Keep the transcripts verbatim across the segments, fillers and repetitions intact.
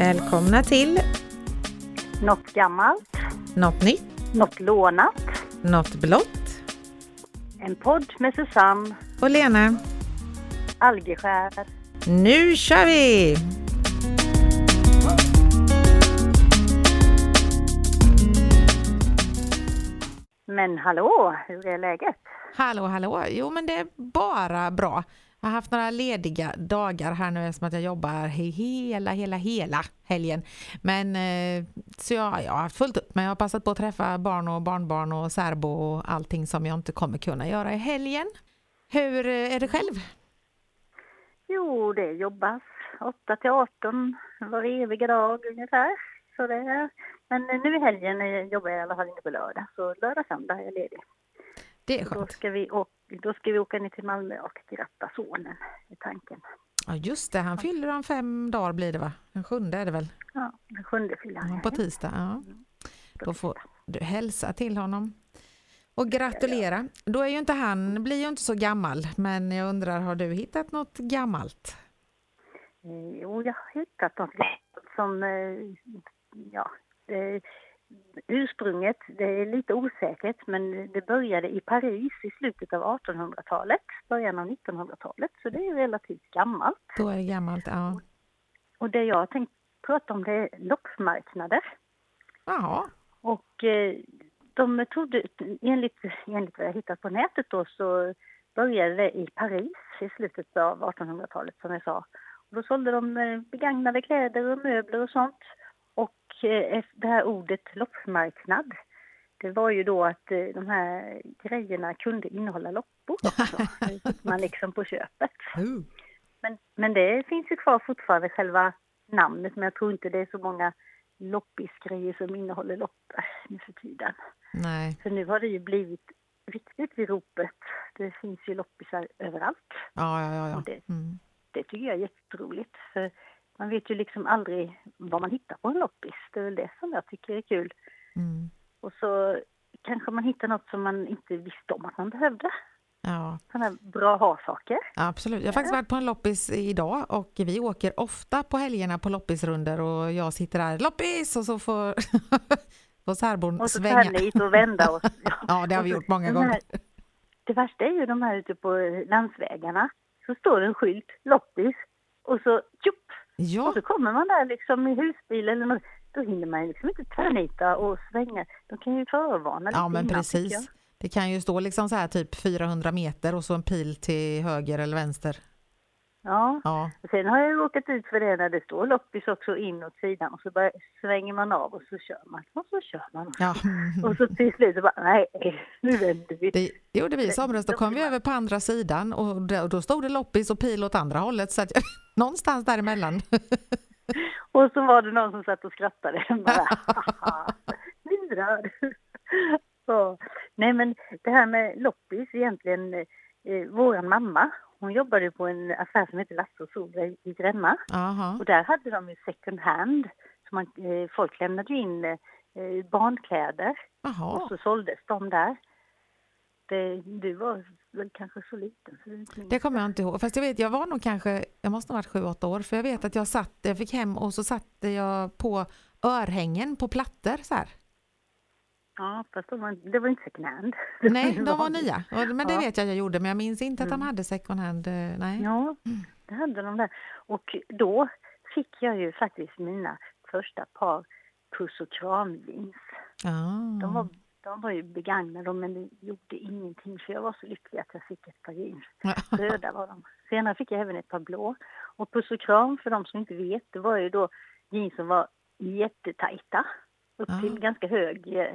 Välkomna till Något gammalt, Något nytt, något lånat, Något blått en podd med Susanne och Lena. Algeskär. Nu kör vi! Men hallå, hur är läget? Hallå, hallå. Jo, men det är bara bra. Jag har haft några lediga dagar här nu eftersom att jag jobbar hela, hela, hela helgen. Men eh, så jag, jag har haft fullt upp, men jag har passat på att träffa barn och barnbarn och särbo och allting som jag inte kommer kunna göra i helgen. Hur är det själv? Jo, det jobbas åtta till arton var eviga dag ungefär. Så det är, men nu i helgen jobbar jag i alla fall inte på lördag, så lördag söndag är jag ledig. Det är Då skönt. ska vi åka, då ska vi åka ner till Malmö och gratta sonen i tanken. Ja, just det. Han fyller om fem dagar blir det, va? Den sjunde är det väl? Ja, den sjunde fyller han. På tisdag, ja. Då får du hälsa till honom. Och gratulera. Då är ju inte han, blir ju inte så gammal. Men jag undrar, har du hittat något gammalt? Jo, jag har hittat något som, ja, det, ursprunget, det är lite osäkert, men det började i Paris i slutet av artonhundratalet, början av nittonhundratalet, så det är ju relativt gammalt. Då är det gammalt, ja. Och det jag tänkte prata om, det är loppmarknader. Jaha. Och eh, de trodde, enligt, enligt vad jag hittat på nätet då, så började det i Paris i slutet av artonhundratalet, som jag sa. Och då sålde de begagnade kläder och möbler och sånt. Och eh, det här ordet loppmarknad, det var ju då att eh, de här grejerna kunde innehålla loppor också. Det fick man liksom på köpet. Uh. Men, men det finns ju kvar fortfarande själva namnet, men jag tror inte det är så många loppisgrejer som innehåller loppor nu för tiden. Nej. För nu har det ju blivit riktigt vid ropet. Det finns ju loppisar överallt. Ja, ja, ja. ja. Och det, mm. det tycker jag är jätteroligt. För man vet ju liksom aldrig vad man hittar på en loppis. Det är väl det som jag tycker är kul. Mm. Och så kanske man hittar något som man inte visste om att man behövde. Ja. Sådana bra ha-saker. Absolut. Jag har faktiskt varit på en loppis idag och vi åker ofta på helgerna på loppisrunder och jag sitter där, loppis! Och så får, får särbon och så svänga. Och hit och vända. Och, ja. Ja, det har vi gjort många här, gånger. Det värsta är ju de här ute på landsvägarna. Så står en skylt, loppis, och så tjup! Ja. Och så kommer man där liksom i husbil eller något. Då hinner man liksom inte tvärnita och svänga. De kan ju förvarna lite. Ja, men innan, precis. Det kan ju stå liksom så här typ fyrahundra meter och så en pil till höger eller vänster. Ja, Ja. och sen har jag råkat ut för det när det står loppis också in åt sidan. Och så bara svänger man av och så kör man. Och så kör man. Ja. Och så till slut så bara, nej, nu vänder vi. Det gjorde vi i somras. Då kom vi över på andra sidan och då stod det loppis och pil åt andra hållet. Så att jag, någonstans däremellan. Och så var det någon som satt och skrattade. Bara, haha, lurad. Så. Nej, men det här med loppis egentligen, eh, våran mamma, hon jobbade på en affär som heter Lasse och Solveig i Gränna. Aha. Och där hade de ju second hand. Så man, eh, folk lämnade in eh, barnkläder. Aha. Och så såldes de där. Det, du var väl kanske så liten. Så det, det kommer jag inte ihåg. Fast jag vet, jag var nog kanske, jag måste ha varit sju åtta år. För jag vet att jag satt, jag fick hem och så satte jag på örhängen på plattor så här. Ja, fast de var, det var inte second hand. Nej, de var nya. Men det ja. vet jag jag gjorde. Men jag minns inte att de Mm. hade second hand. Nej. Ja, det hade de där. Och då fick jag ju faktiskt mina första par puss- och kramjeans. Ah. De var, de var ju begagnade, men det gjorde ingenting. För jag var så lycklig att jag fick ett par jeans. Röda var de. Senare fick jag även ett par blå. Och puss och kram, för de som inte vet, det var ju då jeans som var jättetajta. Upp till Ah. ganska hög, eh,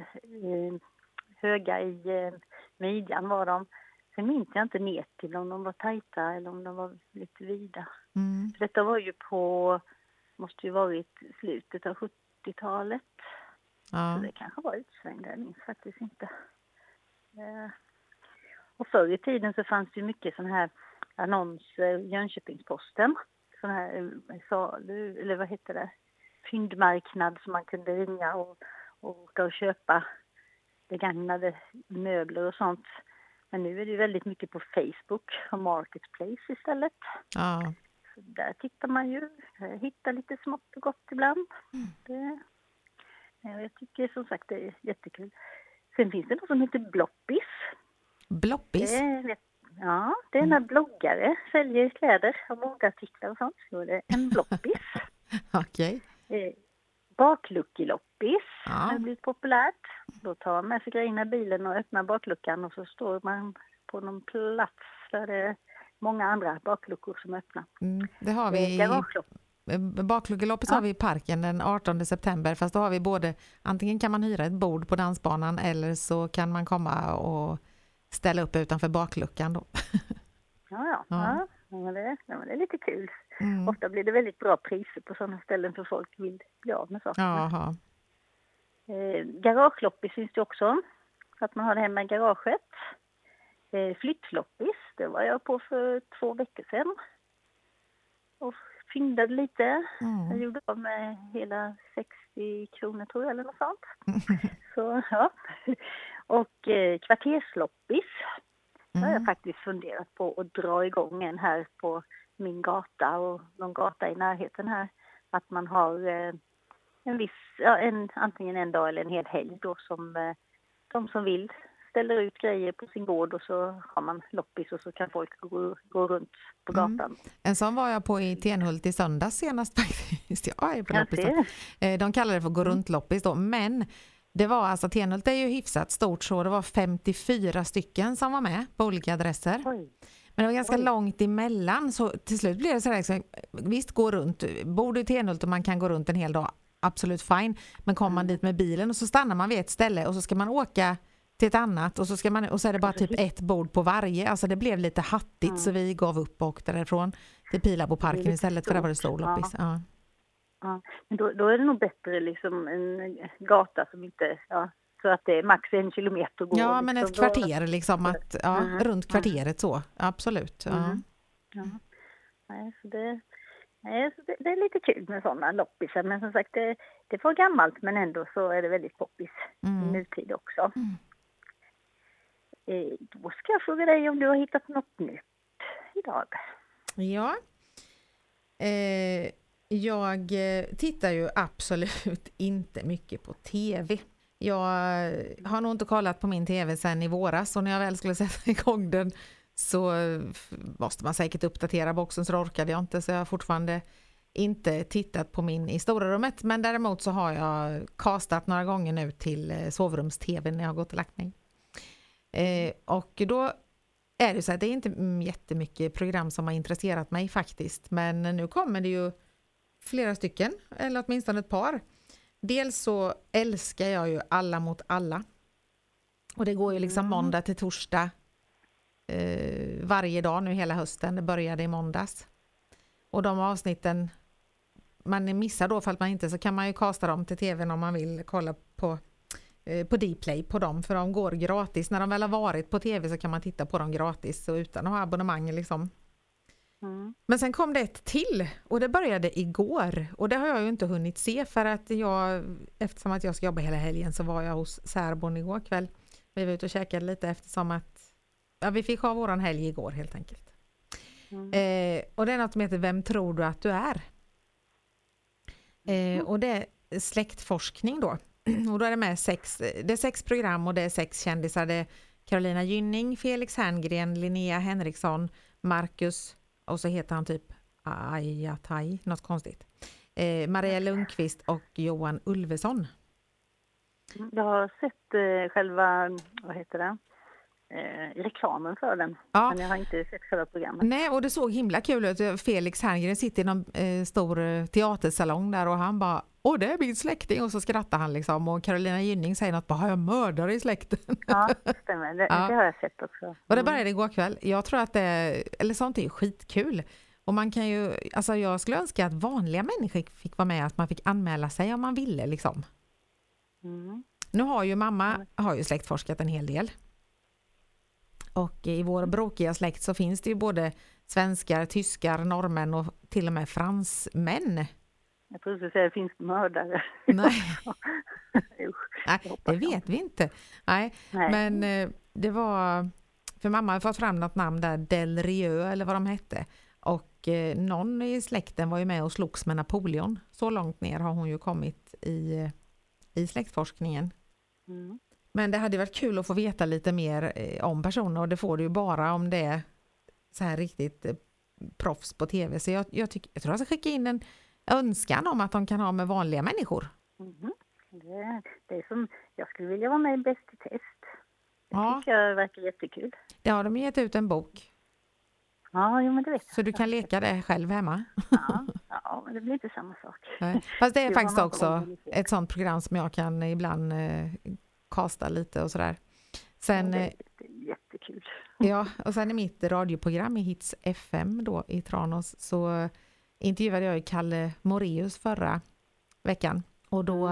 höga i eh, midjan var de. Sen minns jag inte ner till om de var tajta eller om de var lite vida. Mm. För detta var ju på, måste ju varit slutet av sjuttiotalet. Ja. Så det kanske var utsvängda, jag minns faktiskt inte. Eh, och förr i tiden så fanns det ju mycket sån här annonser, Jönköpingsposten. Sån här salu, eller vad heter det? Fyndmarknad som man kunde ringa och, och åka och köpa begagnade möbler och sånt. Men nu är det ju väldigt mycket på Facebook och Marketplace istället. Ja. där tittar man ju, hittar lite smått och gott ibland. Mm. Det, jag tycker som sagt det är jättekul. Sen finns det något som heter Bloppis. Bloppis? Det är, ja, det är när bloggare säljer kläder och modeartiklar och sånt. Så det är en Bloppis. Okej. Okay. Bakluckeloppis Ja. har blivit populärt. Då tar man med sig grejerna i bilen och öppnar bakluckan och så står man på någon plats där det är många andra bakluckor som öppnar. Mm, det har vi i Garagelopp. Bakluckeloppet, ja. Har vi i parken den artonde september, fast då har vi både, antingen kan man hyra ett bord på dansbanan eller så kan man komma och ställa upp utanför bakluckan då. Ja, ja. Ja. ja. Men det, ja, men det är lite kul. Mm. Ofta blir det väldigt bra priser på sådana ställen för folk vill bli av med saker. Jaha. Eh, garageloppis finns det också. Så att man har det hemma i garaget. Eh, flyttloppis, det var jag på för två veckor sedan. Och fyndade lite. Mm. Jag gjorde av med hela sextio kronor tror jag eller något sånt. Så ja. Och eh, kvartersloppis. Mm. har jag faktiskt funderat på att dra igång en här på min gata och någon gata i närheten här. Att man har eh, en viss, ja, en, antingen en dag eller en hel helg då som eh, de som vill ställer ut grejer på sin gård och så har man loppis och så kan folk gå, gå runt på gatan. Mm. En sån var jag på i Tenhult i söndags senast faktiskt. Jag är på loppis då. De kallar det för gå runt loppis då, men det var alltså, Tenhult är ju hyfsat stort så det var femtiofyra stycken som var med på olika adresser. Oj. Men det var ganska Oj. långt emellan så till slut blev det så där, visst gå runt, bor du i Tenhult och man kan gå runt en hel dag, absolut fine. Men kommer man dit med bilen och så stannar man vid ett ställe och så ska man åka till ett annat och så, ska man, och så är det bara typ ett bord på varje. Alltså det blev lite hattigt mm. så vi gav upp och åkte därifrån till Pilaboparken istället för där var det stor loppis. Ja. Ja. Ja. Men då, då är det nog bättre liksom en gata som inte, ja, så att det är max en kilometer att gå. Ja, liksom. men ett kvarter liksom, att, ja, mm. runt kvarteret så, absolut. Ja. Mm. Ja. Nej, så det, nej, så det, det är lite kul med sådana loppisar, men som sagt det, det var gammalt men ändå så är det väldigt poppis mm. i nutid också. Mm. Eh, då ska jag fråga dig om du har hittat något nytt idag. Ja, eh, jag tittar ju absolut inte mycket på tv. Jag har nog inte kollat på min tv sedan i våras och när jag väl skulle sätta igång den så måste man säkert uppdatera boxen så orkade jag inte så jag har fortfarande inte tittat på min i stora rummet men däremot så har jag kastat några gånger nu till sovrums-tv när jag har gått och lagt mig. Eh, och då är det så att det är inte jättemycket program som har intresserat mig faktiskt men nu kommer det ju flera stycken eller åtminstone ett par. Dels så älskar jag ju Alla mot alla. Och det går ju liksom mm. måndag till torsdag eh, varje dag nu hela hösten. Det började i måndags. Och de avsnitten man missar då för att man inte så kan man ju kasta dem till tvn om man vill kolla på eh, på Dplay på dem för de går gratis. När de väl har varit på tv så kan man titta på dem gratis så utan att ha abonnemang liksom. Mm. Men sen kom det ett till och det började igår och det har jag ju inte hunnit se för att jag, eftersom att jag ska jobba hela helgen så var jag hos särbon igår kväll. Vi var ute och käkade lite eftersom att ja, vi fick ha våran helg igår helt enkelt. Mm. Eh, och det är något som heter Vem tror du att du är? Eh, och det är släktforskning då. Och då är det med sex, det är sex program och det är sex kändisar. Det är Carolina Gynning, Felix Herngren, Linnea Henriksson, Marcus och så heter han typ Ayatai, något konstigt. Eh, Maria Lundqvist och Johan Ulveson. Jag har sett eh, själva, vad heter det, eh, reklamen för den. Ja. Men jag har inte sett själva programmet. Nej, och det såg himla kul ut. Felix Herngren sitter i någon eh, stor teatersalong där och han bara, åh det är min släkting och så skrattar han liksom. Och Carolina Gynning säger något, bara har jag mördare i släkten? Ja, stämmer. Det, ja. det har jag sett också. Mm. Och det började igår kväll. Jag tror att det, eller sånt är ju skitkul. Och man kan ju, alltså jag skulle önska att vanliga människor fick vara med, att man fick anmäla sig om man ville liksom. Mm. Nu har ju mamma har ju släktforskat en hel del. Och i vår bråkiga släkt så finns det ju både svenskar, tyskar, norrmän och till och med fransmän. Jag tror att du säger finns mördare. Nej, Nej det vet vi inte. Nej, Nej. Men eh, det var, för mamma har fått fram något namn där, Del Rio eller vad de hette. Och Och eh, någon i släkten var ju med och slogs med Napoleon. Så långt ner har hon ju kommit i, i släktforskningen. Mm. Men det hade varit kul att få veta lite mer eh, om personer, och det får du ju bara om det är så här riktigt eh, proffs på tv. Så jag, jag, tyck, jag tror jag ska skicka in en önskan om att de kan ha med vanliga människor. Mm. Det, det är som, jag skulle vilja vara med i Bäst i test. Det Ja, tycker jag verkar jättekul. det har de gett ut en bok. Ja, jo, men det vet jag. Så du kan leka det själv hemma. Ja, ja, men det blir inte samma sak. Nej. Fast det är Det faktiskt var något också organiserat. ett sånt program som jag kan ibland eh, kasta lite och sådär. Sen, Ja, eh, det är jättekul. ja, och sen i mitt radioprogram i Hits F M då i Tranås så intervjuade jag ju Kalle Moreus förra veckan. Och då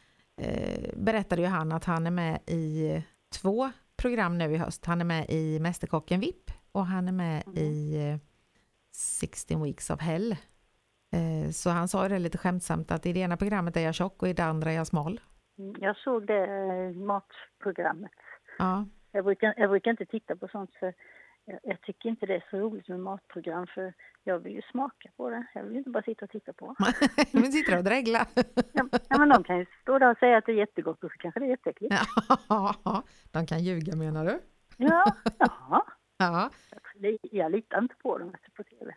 eh, berättade ju han att han är med i två program nu i höst. Han är med i Mästerkocken V I P och han är med Mm. i eh, sexton Weeks of Hell. Eh, så han sa ju det lite skämtsamt att i det ena programmet är jag tjock och i det andra är jag smal. Mm, jag såg det eh, matprogrammet. Ja. Jag brukar, jag brukar inte titta på sånt för jag, jag tycker inte det är så roligt med matprogram för jag vill ju smaka på det. Jag vill inte bara sitta och titta på. Nu sitter du och dregla. Ja, ja, men de kan ju stå där och säga att det är jättegott och så kanske det är jätteäckligt. Ja, de kan ljuga menar du? Ja, ja. Ja, Jag, jag litar inte på dem på tv.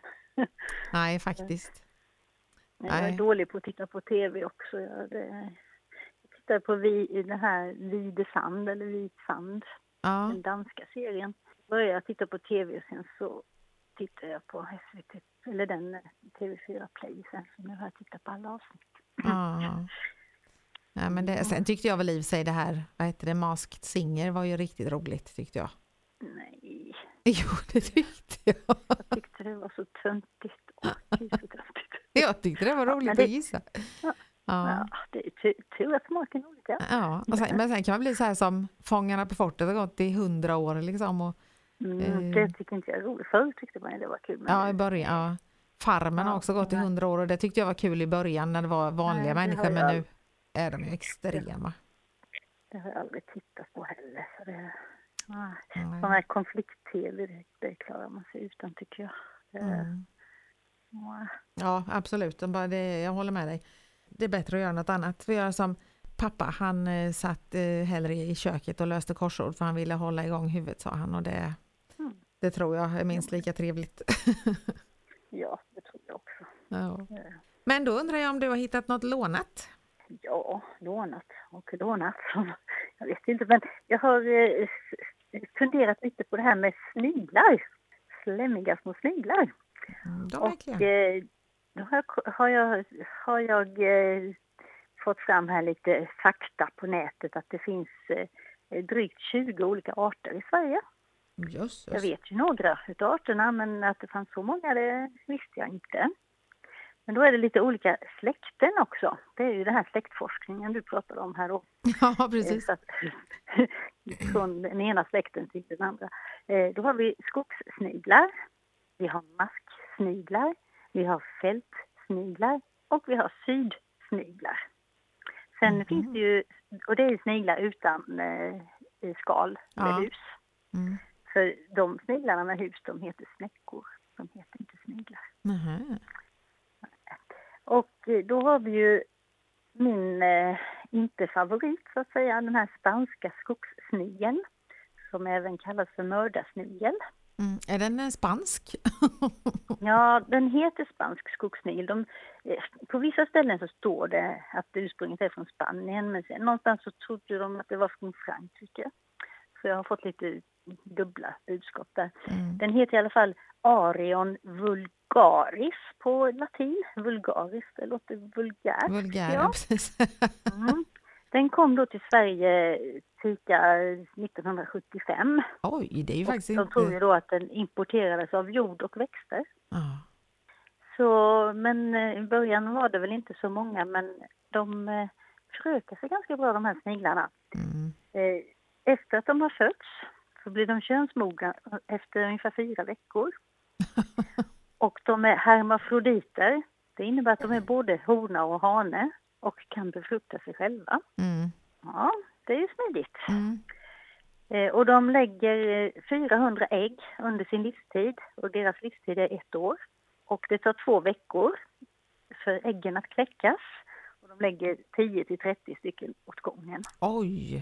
nej faktiskt. Jag är Nej. dålig på att titta på tv också. Jag, det, jag tittar på vi, det här Videsand eller Vitsand, Ja, den danska serien. Började jag titta på tv och sen så tittar jag på S V T, eller den eh, T V fyra Play sen, så nu har jag tittat på alla avsnitt. ja. Ja, men det, sen tyckte jag väl i och för sig det här, vad heter det, Masked Singer var ju riktigt roligt tyckte jag. Nej, Jo, det tyckte jag. jag tyckte det var så töntigt. Åh, gud, så töntigt. Jag tyckte det var roligt Ja, det- att gissa. Ja. Ja. Ja, det är tur, tur att smaken är olika. Ja, och sen, men sen kan man bli så här som Fångarna på fortet har gått i hundra år liksom. Och, Mm, Eh. det tycker inte jag är roligt. Förr tyckte man det var kul. Men ja, i början. Ja. Farmen har Ja, också gått i nej. hundra år och det tyckte jag var kul i början när det var vanliga Nej, det människor. har Men jag- nu är de ju extrema. det har jag aldrig tittat på heller. Så det, nej. Nej. Sån här konflikt-tv, det, det klarar man sig utan tycker jag. Det, Mm. nej. Ja, absolut. De bara, det, jag håller med dig. Det är bättre att göra något annat. För göra som pappa, han eh, satt eh, hellre i köket och löste korsord för han ville hålla igång huvudet, sa han. Och det, Mm. det tror jag är minst lika trevligt. Ja, det tror jag också. Ja. Eh, Men då undrar jag om du har hittat något lånat? Ja, lånat och lånat. Jag vet inte, men jag har eh, s- funderat lite på det här med sniglar. Slämmiga små sniglar. Mm, de Och verkligen. eh, då har jag, har jag, har jag eh, fått fram här lite fakta på nätet att det finns eh, drygt tjugo olika arter i Sverige. Jösses. Jag vet ju några utav arterna, men att det fanns så många det visste jag inte. Men då är det lite olika släkten också. Det är ju den här släktforskningen du pratade om här då. Ja, precis. Så att, från den ena släkten till den andra. Eh, Då har vi skogssniglar, vi har masksniglar, vi har fältsniglar och vi har sydsniglar. Sen Mhm. finns det ju, och det är sniglar utan eh, skal med Ja. hus. Mm. För de sniglarna med hus, de heter snäckor, de heter inte sniglar. Nähä. Och eh, då har vi ju min, eh, inte favorit så att säga, den här spanska skogssnigeln som även kallas för mördarsnigel. Mm. Är den eh, spansk? Ja, den heter spansk skogssnigel. De, eh, på vissa ställen så står det att ursprunget är från Spanien, men sen någonstans så trodde de att det var från Frankrike. Så jag har fått lite dubbla budskap där. Mm. Den heter i alla fall Arion vulgaris på latin. Vulgaris, det låter vulgärt. Vulgär, ja. ja. Precis. Mm. Den kom då till Sverige cirka nittonhundrasjuttiofem. Oj, det är ju Och faktiskt de inte... tror ju då att den importerades av jord och växter. Ja. Så, men eh, i början var det väl inte så många, men de eh, förökar sig ganska bra, de här sniglarna. Mm. Eh, efter att de har fötts så blir de könsmogna efter ungefär fyra veckor. Och de är hermafroditer. Det innebär att de är både hona och hane och kan befrukta sig själva. Mm. Ja, det är ju smidigt. Mm. Eh, och de lägger eh, fyrahundra ägg under sin livstid och deras livstid är ett år. Och det tar två veckor för äggen att kläckas. Och de lägger tio till trettio stycken åt gången. Oj!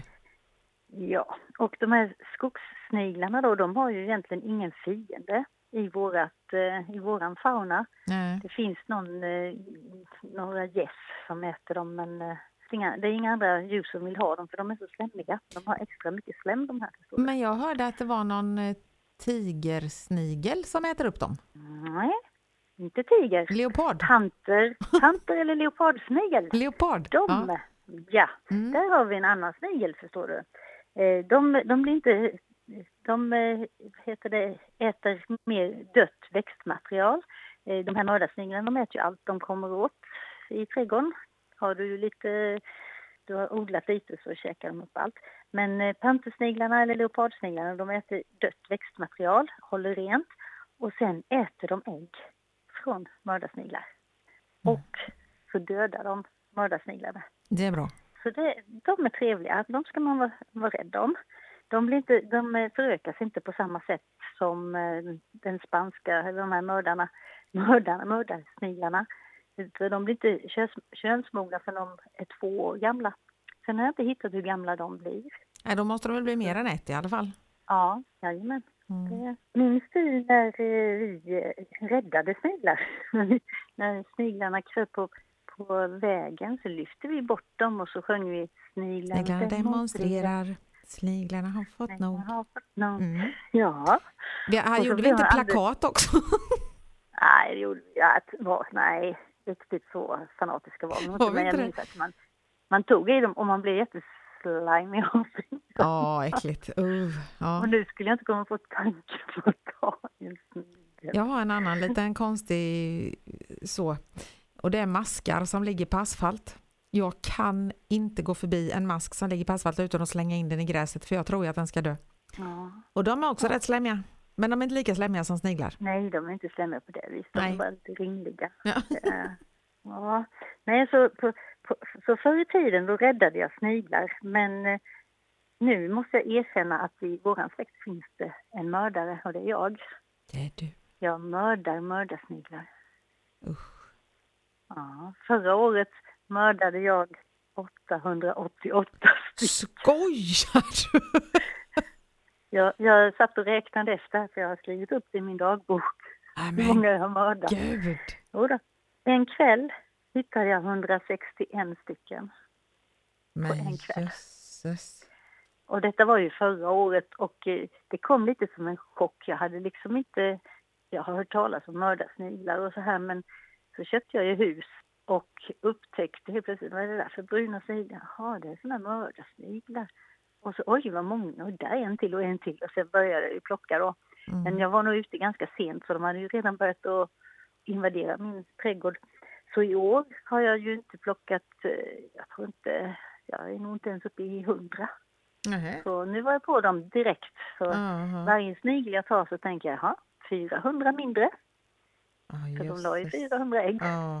Ja, och de här skogssniglarna då, de har ju egentligen ingen fiende i, vårat, eh, i våran fauna. Nej. Det finns någon, eh, några gäss som äter dem, men eh, det, är inga, det är inga andra djur som vill ha dem för de är så slemmiga. De har extra mycket slem de här. Men jag hörde att det var någon eh, tigersnigel som äter upp dem. Nej, inte tiger. Leopard. Panter, panter eller leopardsnigel. Leopard. De, ja. ja Mm. Där har vi en annan snigel, förstår du. Eh, de, de blir inte, de eh, heter det, äter mer dött växtmaterial. Eh, de här mördarsniglarna, de äter ju allt de kommer åt i trädgården. Har du lite, du har odlat lite så käkar de upp allt. Men eh, pantersniglarna eller leopardsniglarna, de äter dött växtmaterial, håller rent. Och sen äter de ägg från mördarsniglar. Mm. Och så dödar de mördarsniglarna. Det är bra. Så det, de är trevliga, de ska man vara, vara rädd om. De, blir inte, de förökas inte på samma sätt som eh, den spanska, eller de här mördarna, mördarna, mördarsniglarna. De blir inte köns, könsmogna för de är två år gamla. Sen har jag inte hittat hur gamla de blir. Nej, då måste de väl bli mer än ett i alla fall. Ja, jajamän. Mm. Minns du när eh, vi eh, räddade sniglar? När sniglarna kröp på, på vägen så lyfte vi bort dem och så sjöng vi sniglarna Sniglarna demonstrerar. Sniglarna har fått nog. Har fått nog. Mm. Ja. Vi, här Och så gjorde vi blev inte han plakat också. Nej, det gjorde vi att var, nej, riktigt så fanatiska var vi inte. Var vi Men jag inte minns att man, man tog i dem och man blev jätteslimig av sig. Ja, äckligt. Uh, ja. Och nu skulle jag inte komma på tanke på att ta en snigel. Jag har en annan liten konstig så. Och det är maskar som ligger på asfalt. Jag kan inte gå förbi en mask som ligger på asfalt utan att slänga in den i gräset för jag tror ju att den ska dö. Ja. Och de är också Ja. rätt slämmiga. Men de är inte lika slämmiga som sniglar. Nej, de är inte slämmiga på det viset. De Nej. är bara lite ringliga. Ja. Eh, ja. Nej, så, på, på, så förr i tiden då räddade jag sniglar. Men eh, nu måste jag erkänna att i våran släkt finns det en mördare och det är jag. Det är du. Jag mördar mördarsniglar. Usch. Ja, förra året mördade jag åttahundraåttioåtta stycken. Skojar du? Jag, jag satt och räknade efter för jag har skrivit upp det i min dagbok. Nej, Hur många men jag har mördat. gud. Jodå. En kväll hittade jag hundrasextioen stycken. Men en kväll. jösses. Och detta var ju förra året och eh, det kom lite som en chock. Jag hade liksom inte, jag har hört talas om mördarsniglar och så här, men så köpte jag ju hus och upptäckte helt plötsligt, vad är det där för bruna sniglar? Jaha, det är sådana mördarsniglar. Och så, oj vad många, och där är en till och en till. Och sen började jag ju plocka då. Mm. Men jag var nog ute ganska sent så de hade ju redan börjat att invadera min trädgård. Så i år har jag ju inte plockat, eh, jag tror inte, jag är nog inte ens uppe i hundra. Nej. Så nu var jag på dem direkt. Så Aha. varje snigel jag tar så tänker jag, jaha, fyrahundra mindre. Oh, För de la ju jösses. fyrahundra ägg. Ja.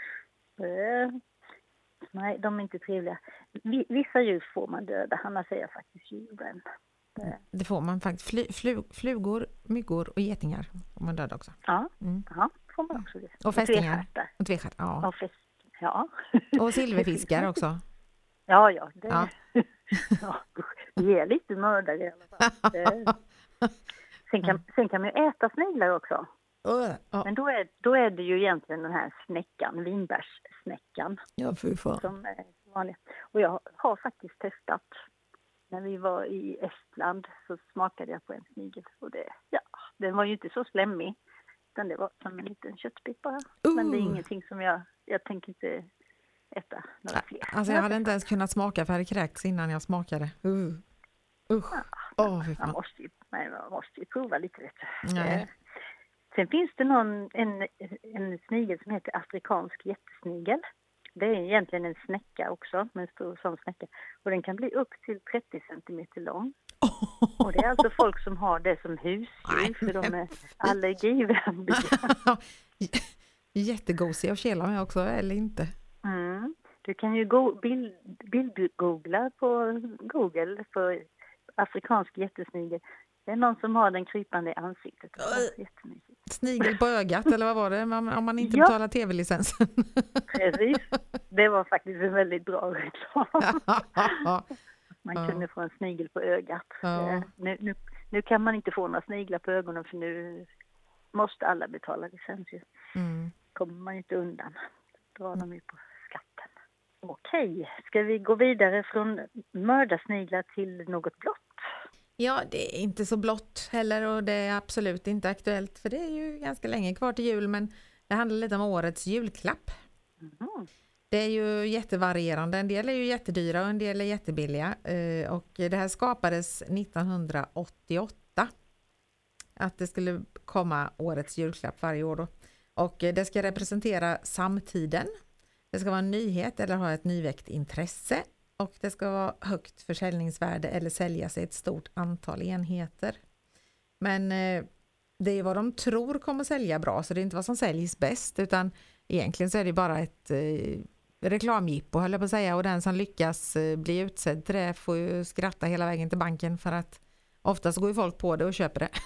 Eh, Nej, de är inte trevliga. Vi- Vissa djur får man döda, annars är jag faktiskt djurvän. Eh, Det får man faktiskt. Fly, flu, flugor, myggor och getingar om man dödar också. Ja, Mm. ja, får man också det. Och fästingar. tvestjärtar. Och tvestjärt, ja. Och fäst, ja. Och silverfiskar också. Ja, ja. Det, Ja. ja. Vi är lite mördare i alla fall. Det- Sen kan, sen kan man ju äta sniglar också. Uh, ja. Men då är, då är det ju egentligen den här snäckan, vinbärssnäckan, Ja, fy fan. som är vanlig. Och jag har faktiskt testat. När vi var i Estland så smakade jag på en snigel. Och det, ja, den var ju inte så slemmig. Utan det var som en liten köttbit bara. Men det är Uh. ingenting som jag, jag tänker inte äta några fler. Alltså jag hade inte ens kunnat smaka för jag hade kräkts innan jag smakade. Uh. Usch. Åh, fy Man fan. måste ju, nej, man måste ju prova lite. Vet du. Nej. Eh, Sen finns det någon, en, en snigel som heter afrikansk jättesnigel. Det är egentligen en snäcka också, med en stor sån snäcka. Och den kan bli upp till trettio centimeter lång. Och det är alltså folk som har det som husdjur, för de är allergivänliga. Jättegosig att kela med också, eller inte? Mm. Du kan ju go- bild, bildgoogla på Google på afrikansk jättesnigel. Det är någon som har den krypande i ansiktet. Det är jättemysigt. Snigel på ögat, eller vad var det? Om man inte Ja. betalar tv-licensen. Precis. Det var faktiskt en väldigt bra reklam. Man Ja. kunde få en snigel på ögat. Ja. Eh, Nu, nu, nu kan man inte få några sniglar på ögonen för nu måste alla betala licens. Ju. Mm. Kommer man inte undan. Då drar de ju på skatten. Okej, ska vi gå vidare från mördarsniglar till något blått? Ja, det är inte så blått heller och det är absolut inte aktuellt för det är ju ganska länge kvar till jul, men det handlar lite om årets julklapp. Mm. Det är ju jättevarierande, en del är ju jättedyra och en del är jättebilliga eh, och det här skapades nittonhundraåttioåtta att det skulle komma årets julklapp varje år då. Och eh, det ska representera samtiden, det ska vara en nyhet eller ha ett nyväckt intresse och det ska vara högt försäljningsvärde eller säljas i ett stort antal enheter. Men eh, det är vad de tror kommer sälja bra, så det är inte vad som säljs bäst, utan egentligen så är det bara ett eh, reklamgippo höll jag på att säga, och den som lyckas eh, bli utsedd till det får ju skratta hela vägen till banken, för att oftast går ju folk på det och köper det.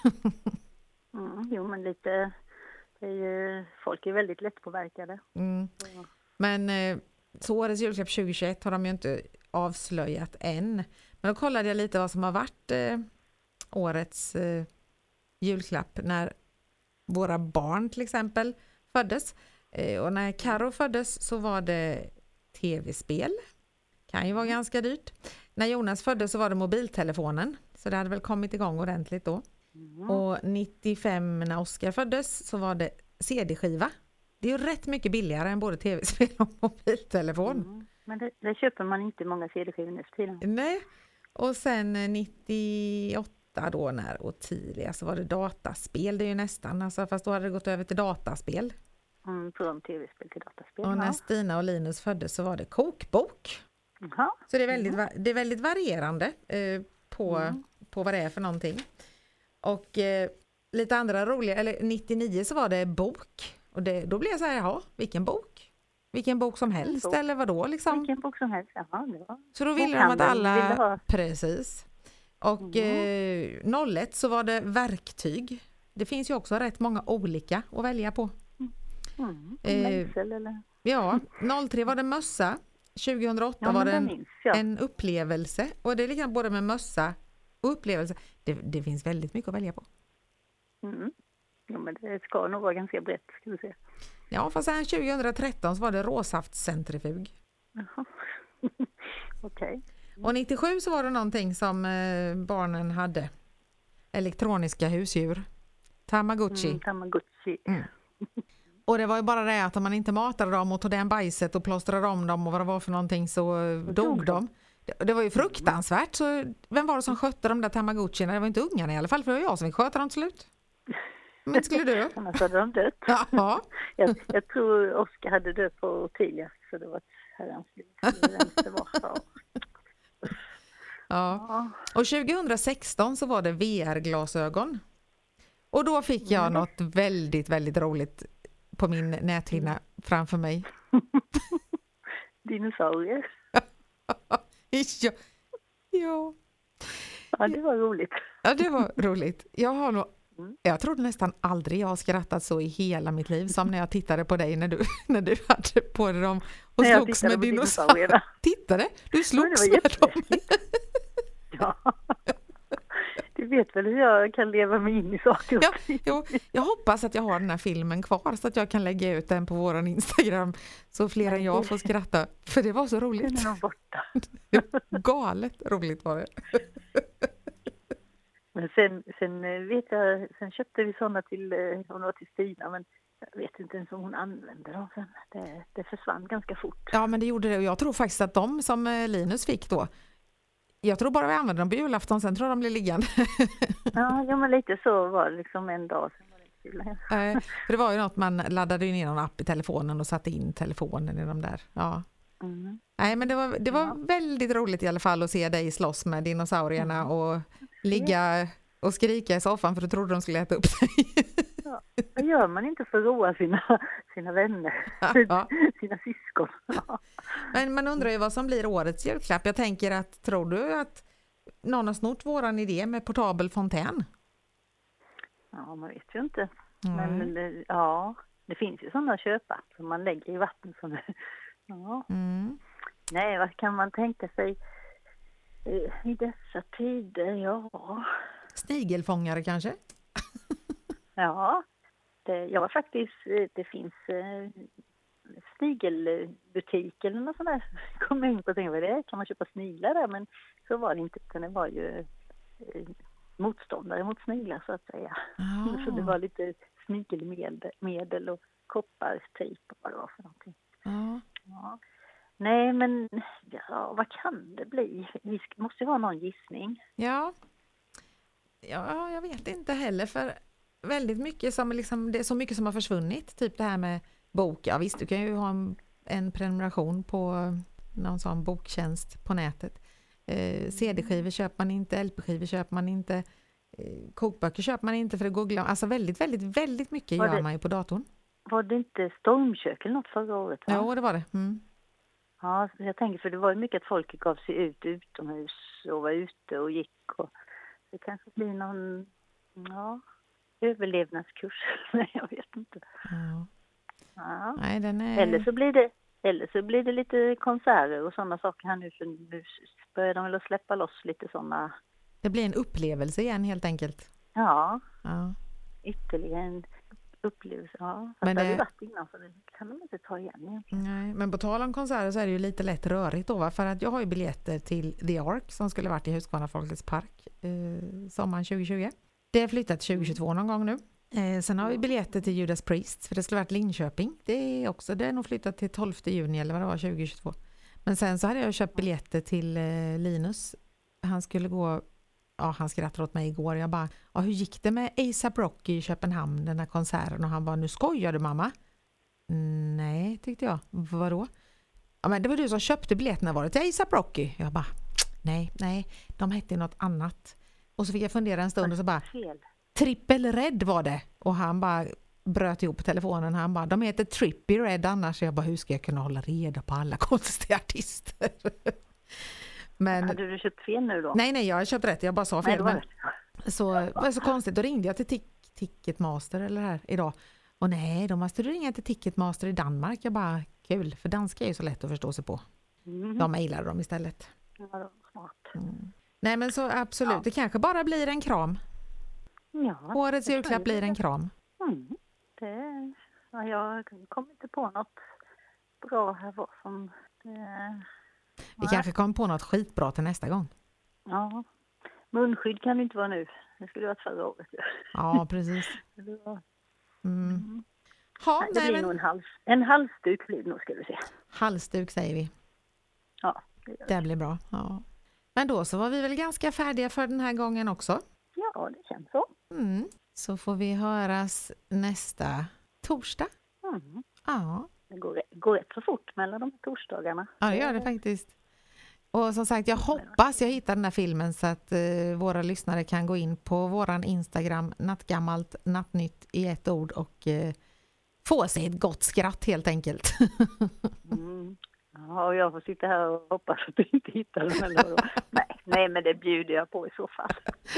Mm, jo, men lite, det är ju, folk är väldigt lättpåverkade. Mm. Så. Men eh, så årets julklapp tjugohundratjugoett har de ju inte avslöjat än. Men då kollade jag lite vad som har varit eh, årets eh, julklapp när våra barn till exempel föddes. Eh, och när Karo föddes så var det tv-spel. Kan ju vara ganska dyrt. När Jonas föddes så var det mobiltelefonen. Så det hade väl kommit igång ordentligt då. Mm. Och nittiofem när Oskar föddes så var det C D-skiva. Det är ju rätt mycket billigare än både tv-spel och mobiltelefon. Mm. Men det, det köper man inte många C D-skivor nu för tiden. Nej. Och sen nittioåtta då när Ottilia så var det dataspel. Det är ju nästan, alltså, fast då hade det gått över till dataspel. Mm, från tv-spel till dataspel. Och när Ja. Stina och Linus föddes så var det kokbok. Jaha. Så det är väldigt, va- det är väldigt varierande eh, på, Mm. på vad det är för någonting. Och eh, lite andra roliga, eller nittionio så var det bok. Och det, då blev jag så här, jaha, vilken bok? Vilken bok som helst, bok. eller vadå liksom? Vilken bok som helst. Jaha, det var. Så då ville de att Bokhandeln alla... ville ha. Precis. Och Mm. eh, noll ett så var det verktyg. Det finns ju också rätt många olika att välja på. Mm. Eh, Mejsel eller? Ja, noll tre var det mössa. tjugohundraåtta Ja, var men det det en, minns jag. en upplevelse. Och det är liksom både med mössa och upplevelse. Det, det finns väldigt mycket att välja på. Mm. Ja, men det ska nog vara ganska brett, ska vi se. Ja, fast sen tjugohundratretton så var det råsaftcentrifug. Jaha. Okej. Och nittiosju så var det någonting som eh, barnen hade. Elektroniska husdjur. Tamagotchi. Mm, Tamagotchi. Mm. Och det var ju bara det att om man inte matade dem och tog den bajset och plåstrade om dem och vad det var för någonting så eh, dog de. Det, det var ju fruktansvärt. Så vem var det som skötte de där Tamagotchierna? Det var inte ungarna i alla fall, för det var jag som fick sköta dem till slut. Men skulle du? Annars hade de dött. Ja. Jag, jag tror Oskar hade dött på Ottilia, så det var ett herrans liv. Det var så. Ja. Ja. Och tjugohundrasexton så var det V R-glasögon. Och då fick jag Mm. något väldigt, väldigt roligt på min näthinna framför mig. Dinosaurier. Ja. Ja. Ja, det var roligt. Ja, det var roligt. Jag har nog, Mm. jag trodde nästan aldrig jag har skrattat så i hela mitt liv som när jag tittade på dig när du, när du hade på dig dem och När jag slogs tittade med på dinosaurier. dinosaurierna. Tittade? Du Ja, slogs det var med dem. jätteläskigt. Ja. Du vet väl hur jag kan leva mig in i saker och Ja, ting. jo, jag hoppas att jag har den här filmen kvar så att jag kan lägga ut den på våran Instagram så fler än jag får skratta. För det var så Den roligt. är nog borta. Galet roligt var det. Men sen, sen eh, vet jag, sen köpte vi sådana till, eh, hon var till Stina, men jag vet inte ens om hon använde dem sen. Det, det försvann ganska fort. Ja, men det gjorde det och jag tror faktiskt att de som eh, Linus fick då, jag tror bara vi använde dem på julafton, sen tror jag de blev liggande. Ja, ja, men lite så var det liksom en dag sen var det inte kul. Eh, för det var ju något man laddade ner någon app i telefonen och satte in telefonen i de där. Ja. Mm. Nej, men det var, det var Ja. väldigt roligt i alla fall att se dig slåss med dinosaurierna och ligga och skrika i soffan för du trodde de skulle äta upp dig. Ja. Vad gör man inte för att roa sina, sina vänner, Ja. sina syskon? Ja. Men man undrar ju vad som blir årets julklapp. Jag tänker att, tror du att någon har snott våran idé med portabel fontän? Ja, man vet ju inte. Mm. Men det, ja, det finns ju sådana att köpa som man lägger i vatten. Som, ja. Mm. Nej, vad kan man tänka sig eh, i dessa tider? Ja, Snigelfångare kanske? ja. Det, jag var faktiskt, eh, det finns eh, snigelbutik eller något sånt där. Kom in på och tänkte, vad är det? Kan man köpa sniglar där? Men så var det inte, utan det var ju eh, motståndare mot sniglar så att säga. Ah. Så det var lite snigelmedel och koppartejp och vad det var för någonting. Ja. Ja. Nej, men ja, vad kan det bli? Vi sk- måste ju ha någon gissning. Ja. Ja, jag vet inte heller, för väldigt mycket som liksom, det är så mycket som har försvunnit. Typ det här med bok. Ja visst, du kan ju ha en, en prenumeration på någon sån boktjänst på nätet. Eh, C D-skivor köper man inte, L P-skivor köper man inte, eh, kokböcker köper man inte för det googlar. Alltså väldigt, väldigt, väldigt mycket Var gör det- man ju på datorn. Var det inte stormkök eller något förra året? Va? Jo, det var det. Mm. Ja, jag tänker för det var ju mycket att folk gav sig ut utomhus och var ute och gick. Och det kanske blir någon ja, överlevnadskurs. Nej, jag vet inte. Ja. Ja. Nej, den är... Eller så blir det eller så blir det lite konserter och sådana saker här nu. För nu börjar de väl att släppa loss lite sådana. Det blir en upplevelse igen helt enkelt. Ja, Ja. ytterligare en upplevelse. Ja, fast Men det har det- ju varit innan så det kan de inte ta igen egentligen. Nej, men på tal om konserter så är det ju lite lätt rörigt då, va? För att jag har ju biljetter till The Ark som skulle varit i Huskvarna Folkets park eh, sommaren tjugo tjugo. Det har flyttat tjugo tjugotvå någon gång nu. Eh, sen har vi biljetter till Judas Priest för det skulle varit Linköping. Det är också, det är nog flyttat till tolfte juni eller vad det var, tjugo tjugotvå. Men sen så hade jag köpt biljetter till eh, Linus. Han skulle gå, ja han skrattade åt mig igår. Jag bara, ja, hur gick det med A$AP Rocky i Köpenhamn, den här konserten? Och han bara, nu skojar du mamma? Mm, nej, tyckte jag. Vadå? Ja, men det var du som köpte biljetterna, var det till A$AP Rocky? Jag bara, nej, nej, de hette något annat. Och så fick jag fundera en stund och så bara, Fel. Trippel Red var det. Och han bara bröt ihop telefonen. Han bara, de heter Trippy Red annars. Jag bara, hur ska jag kunna hålla reda på alla konstiga artister? Men, Hade du köpt fel nu då? nej, nej, jag har köpt rätt. Jag bara sa Nej, fel. det var Men, det. så det var så konstigt. Då ringde jag till Tick- Ticketmaster eller här idag. Och nej, de måste du ringa till Ticketmaster i Danmark. Jag bara, kul. För danska är ju så lätt att förstå sig på. Mm. De mejlade dem istället. Ja, det var smart. Mm. Nej, men så absolut. Ja. Det kanske bara blir en kram. Ja, Årets det julklapp tror jag. blir en kram. Mm. Det, ja, jag kom inte på något bra här vad som... Det, Vi kanske kommer på något skitbra till nästa gång. ja. Munskydd kan det inte vara nu. Det skulle ha varit förra året. Ja, precis. Det, var, Mm. mm. Ha, Nej, det nej, blir nog men en, hals, en halsduk blir det nog, ska du se. halsduk säger vi. Ja, det gör det. Det blir bra. Ja. Men då så var vi väl ganska färdiga för den här gången också. Ja, det känns så. Mm. Så får vi höras nästa torsdag. Mm. Ja, Det går, går rätt så fort mellan de här torsdagarna. ja det gör det faktiskt. Och som sagt, jag hoppas jag hittar den här filmen så att eh, våra lyssnare kan gå in på våran Instagram, nattgammalt, nattnytt i ett ord och eh, få sig ett gott skratt helt enkelt. Mm. Ja, och jag får sitta här och hoppas att du inte hittar den. Eller nej, nej, men det bjuder jag på i så fall.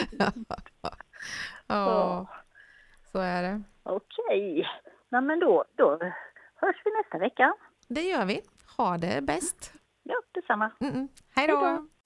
Ja, så är det. Okej, nej, men då, då hörs vi nästa vecka. Det gör vi. Ha det bäst. Ja, detsamma. Mm-mm. Hej då! Hej då.